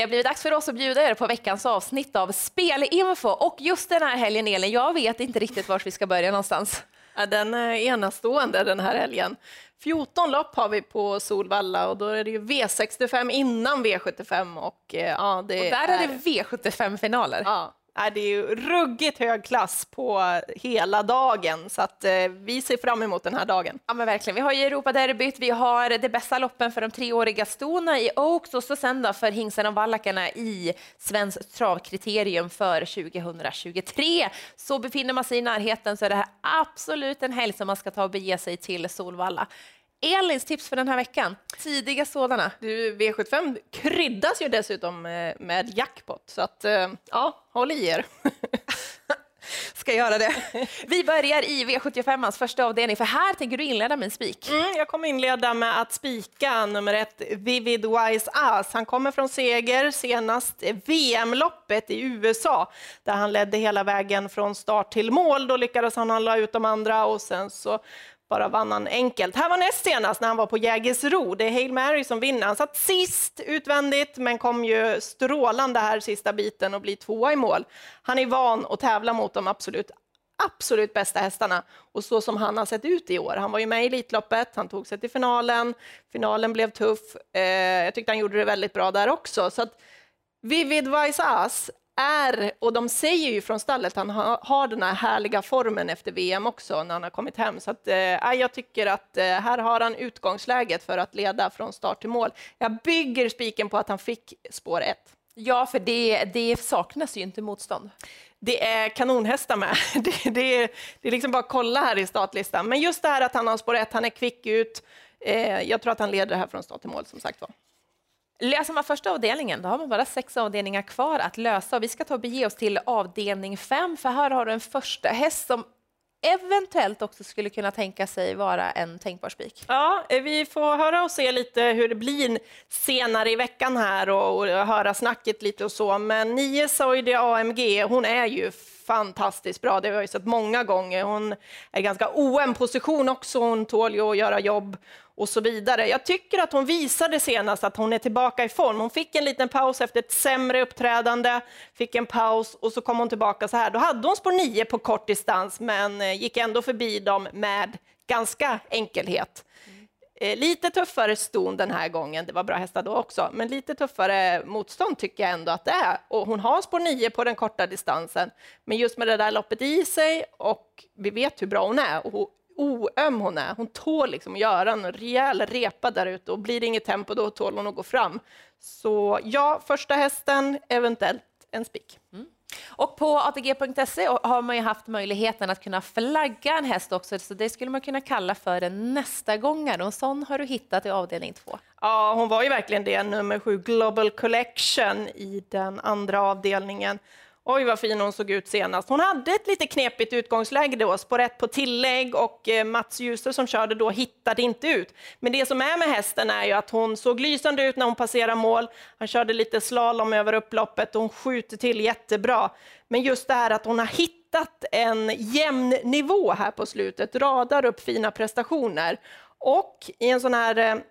har blivit dags för oss att bjuda er på veckans avsnitt av Spelinfo. Och just den här helgen, Elin, jag vet inte riktigt var vi ska börja någonstans. Ja, den är enastående den här helgen. 14 lopp har vi på Solvalla och då är det ju V65 innan V75. Och där är det V75-finaler. Ja. Det är ju ruggigt hög klass på hela dagen, så att vi ser fram emot den här dagen. Ja, men verkligen. Vi har ju Europaderbyt, vi har det bästa loppen för de 3-åriga stona i Oaks och så sen då för hingsen och vallakarna i Svenskt travkriterium för 2023. Så befinner man sig i närheten så är det här absolut en helg som man ska ta och bege sig till Solvalla. Elins tips för den här veckan, tidiga sådana. V75 kryddas ju dessutom med jackpot, så att håll i er. Ska göra det. Vi börjar i V75ans första avdelning, för här tänker du inleda med en spik. Jag kommer inleda med att spika nummer 1, Vivid Wise Ass. Han kommer från seger senast VM-loppet i USA, där han ledde hela vägen från start till mål. Då lyckades han hålla ut de andra och sen så bara vann han enkelt. Här var näst senast när han var på Jägersro. Det är Hail Mary som vinner. Han satt sist utvändigt men kom ju strålande här sista biten och blir 2 i mål. Han är van att tävla mot de absolut bästa hästarna. Och så som han har sett ut i år. Han var ju med i Elitloppet, han tog sig till finalen. Finalen blev tuff. Jag tyckte han gjorde det väldigt bra där också. Så att Vivid Wise Ass och de säger ju från stallet att han har den här härliga formen efter VM också när han har kommit hem. Så att, jag tycker att här har han utgångsläget för att leda från start till mål. Jag bygger spiken på att han fick spår 1. Ja, för det saknas ju inte motstånd. Det är kanonhästar med. Det är liksom bara att kolla här i startlistan. Men just det här att han har spår 1, han är kvick ut. Jag tror att han leder det här från start till mål som sagt var. Läser man första avdelningen, då har man bara 6 avdelningar kvar att lösa. Vi ska ta och bege oss till avdelning 5, för här har du en första häst som eventuellt också skulle kunna tänka sig vara en tänkbar spik. Ja, vi får höra och se lite hur det blir senare i veckan här och höra snacket lite och så. Men 9 Soide AMG, hon är ju fantastiskt bra. Det har jag ju sett många gånger. Hon är ganska OM-position också. Hon tål ju att göra jobb och så vidare. Jag tycker att hon visade senast att hon är tillbaka i form. Hon fick en liten paus efter ett sämre uppträdande. Fick en paus och så kom hon tillbaka så här. Då hade hon spår 9 på kort distans men gick ändå förbi dem med ganska enkelhet. Lite tuffare ston den här gången. Det var bra hästar då också. Men lite tuffare motstånd tycker jag ändå att det är. Och hon har spår 9 på den korta distansen. Men just med det där loppet i sig och vi vet hur bra hon är. Och oöm hon är. Hon tål liksom göra en rejäl repa där ute. Och blir det inget tempo då tål hon att gå fram. Så ja, första hästen, eventuellt en spik. Och på ATG.se har man ju haft möjligheten att kunna flagga en häst också, så det skulle man kunna kalla för en nästa gångare. Och sån har du hittat i avdelning 2. Ja, hon var ju verkligen det. Nummer 7 Global Collection i den andra avdelningen. Oj, vad fin hon såg ut senast. Hon hade ett lite knepigt utgångsläge då, spår 1 på tillägg och Mats Ljuster som körde då hittade inte ut. Men det som är med hästen är ju att hon såg lysande ut när hon passerade mål. Han körde lite slalom över upploppet och hon skjuter till jättebra. Men just det här att hon har hittat en jämn nivå här på slutet, radar upp fina prestationer. Och i en sån här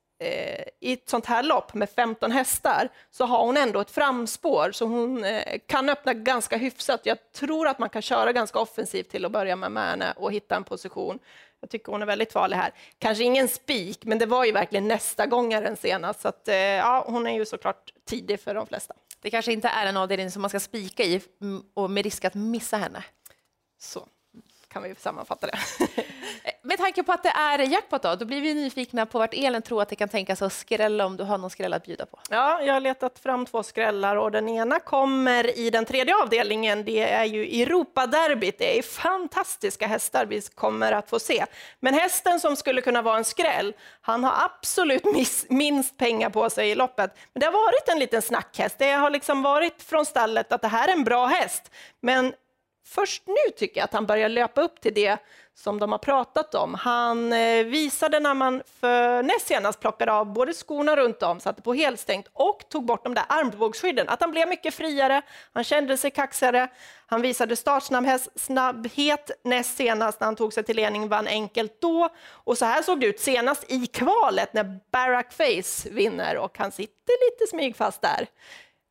i ett sånt här lopp med 15 hästar så har hon ändå ett framspår så hon kan öppna ganska hyfsat. Jag tror att man kan köra ganska offensivt till att börja med henne och hitta en position. Jag tycker hon är väldigt farlig här. Kanske ingen spik, men det var ju verkligen nästa gångaren senast. Så att, hon är ju såklart tidig för de flesta. Det kanske inte är en avdelning som man ska spika i och med risk att missa henne. Så kan vi sammanfatta det. Med tanke på att det är jackpot då blir vi nyfikna på vart Elin tror att det kan tänka sig att skrälla om du har någon skräll att bjuda på. Ja, jag har letat fram 2 skrällar och den ena kommer i den tredje avdelningen. Det är ju Europaderbyt. Det är fantastiska hästar vi kommer att få se. Men hästen som skulle kunna vara en skräll, han har absolut minst pengar på sig i loppet. Men det har varit en liten snackhäst. Det har liksom varit från stallet att det här är en bra häst. Men först nu tycker jag att han börjar löpa upp till det som de har pratat om. Han visade när man för näst senast plockade av både skorna runt om, satte på helstängt och tog bort de där armbågsskydden. Att han blev mycket friare, han kände sig kaxigare. Han visade startsnabbhet näst senast när han tog sig till ledning, vann enkelt då. Och så här såg det ut senast i kvalet när Barack Face vinner och han sitter lite smygfast där.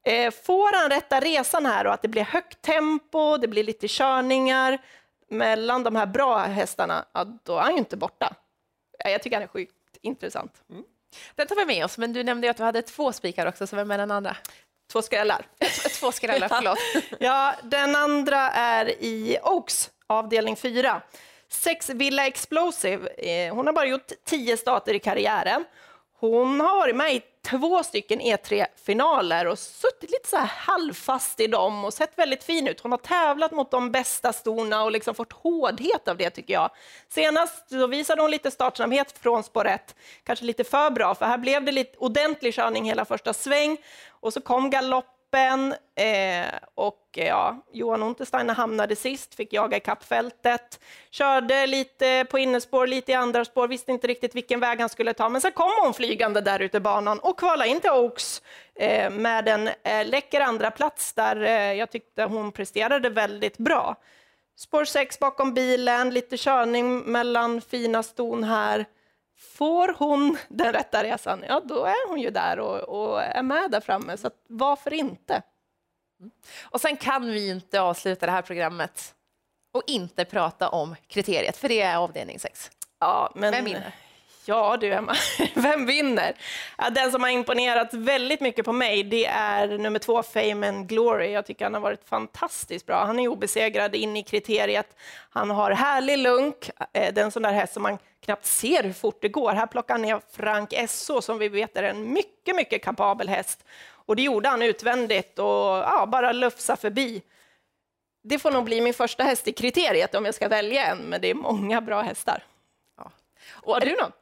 Får han rätta resan här och att det blir högt tempo, det blir lite körningar mellan de här bra hästarna, ja, då är han ju inte borta. Jag tycker han är sjukt intressant. Den tar vi med oss, men du nämnde ju att du hade 2 spikar också, så vem är den andra? 2 skrällar. 2 skrällar, förlåt. Ja, den andra är i Oaks, avdelning 4. 6 Villa Explosive. Hon har bara gjort 10 starter i karriären. Hon har varit med i 2 stycken E3-finaler och suttit lite så här halvfast i dem och sett väldigt fin ut. Hon har tävlat mot de bästa storna och liksom fått hårdhet av det, tycker jag. Senast så visade hon lite startsamhet från spår 1. Kanske lite för bra, för här blev det lite ordentlig körning hela första sväng. Och så kom galoppen och ja, Johan Untersteiner hamnade sist, fick jaga i kappfältet. Körde lite på innerspår, lite i andra spår, visste inte riktigt vilken väg han skulle ta. Men sen kom hon flygande där ute i banan och kvalade in till Oaks med en läcker andra plats där jag tyckte hon presterade väldigt bra. Spår 6 bakom bilen, lite körning mellan fina ston här. Får hon den rätta resan, ja då är hon ju där och är med där framme. Så att, varför inte? Och sen kan vi inte avsluta det här programmet och inte prata om kriteriet, för det är avdelning 6. Ja, men vem vinner? Ja du Emma, vem vinner? Ja, den som har imponerat väldigt mycket på mig, det är nummer 2 Fame and Glory. Jag tycker han har varit fantastiskt bra. Han är obesegrad in i kriteriet. Han har härlig lunk, den sån där häst som man knappt ser hur fort det går. Här plockar han ner Frank Esso som vi vet är en mycket, mycket kapabel häst. Och det gjorde han utvändigt och ja, bara lufsa förbi. Det får nog bli min första häst i kriteriet om jag ska välja en, men det är många bra hästar. Ja. Och har du någon?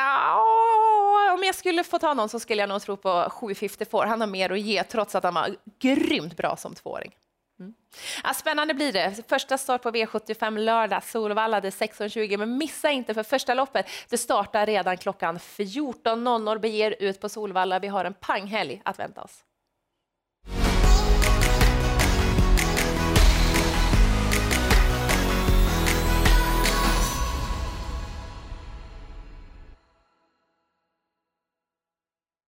Ja, om jag skulle få ta någon så skulle jag nog tro på 754. Han har mer att ge trots att han var grymt bra som 2-åring. Ja, spännande blir det. Första start på V75 lördag, Solvalla, det är 16:20, men missa inte för första loppet. Det startar redan klockan 14:00. Beger ut på Solvalla. Vi har en panghelg att vänta oss.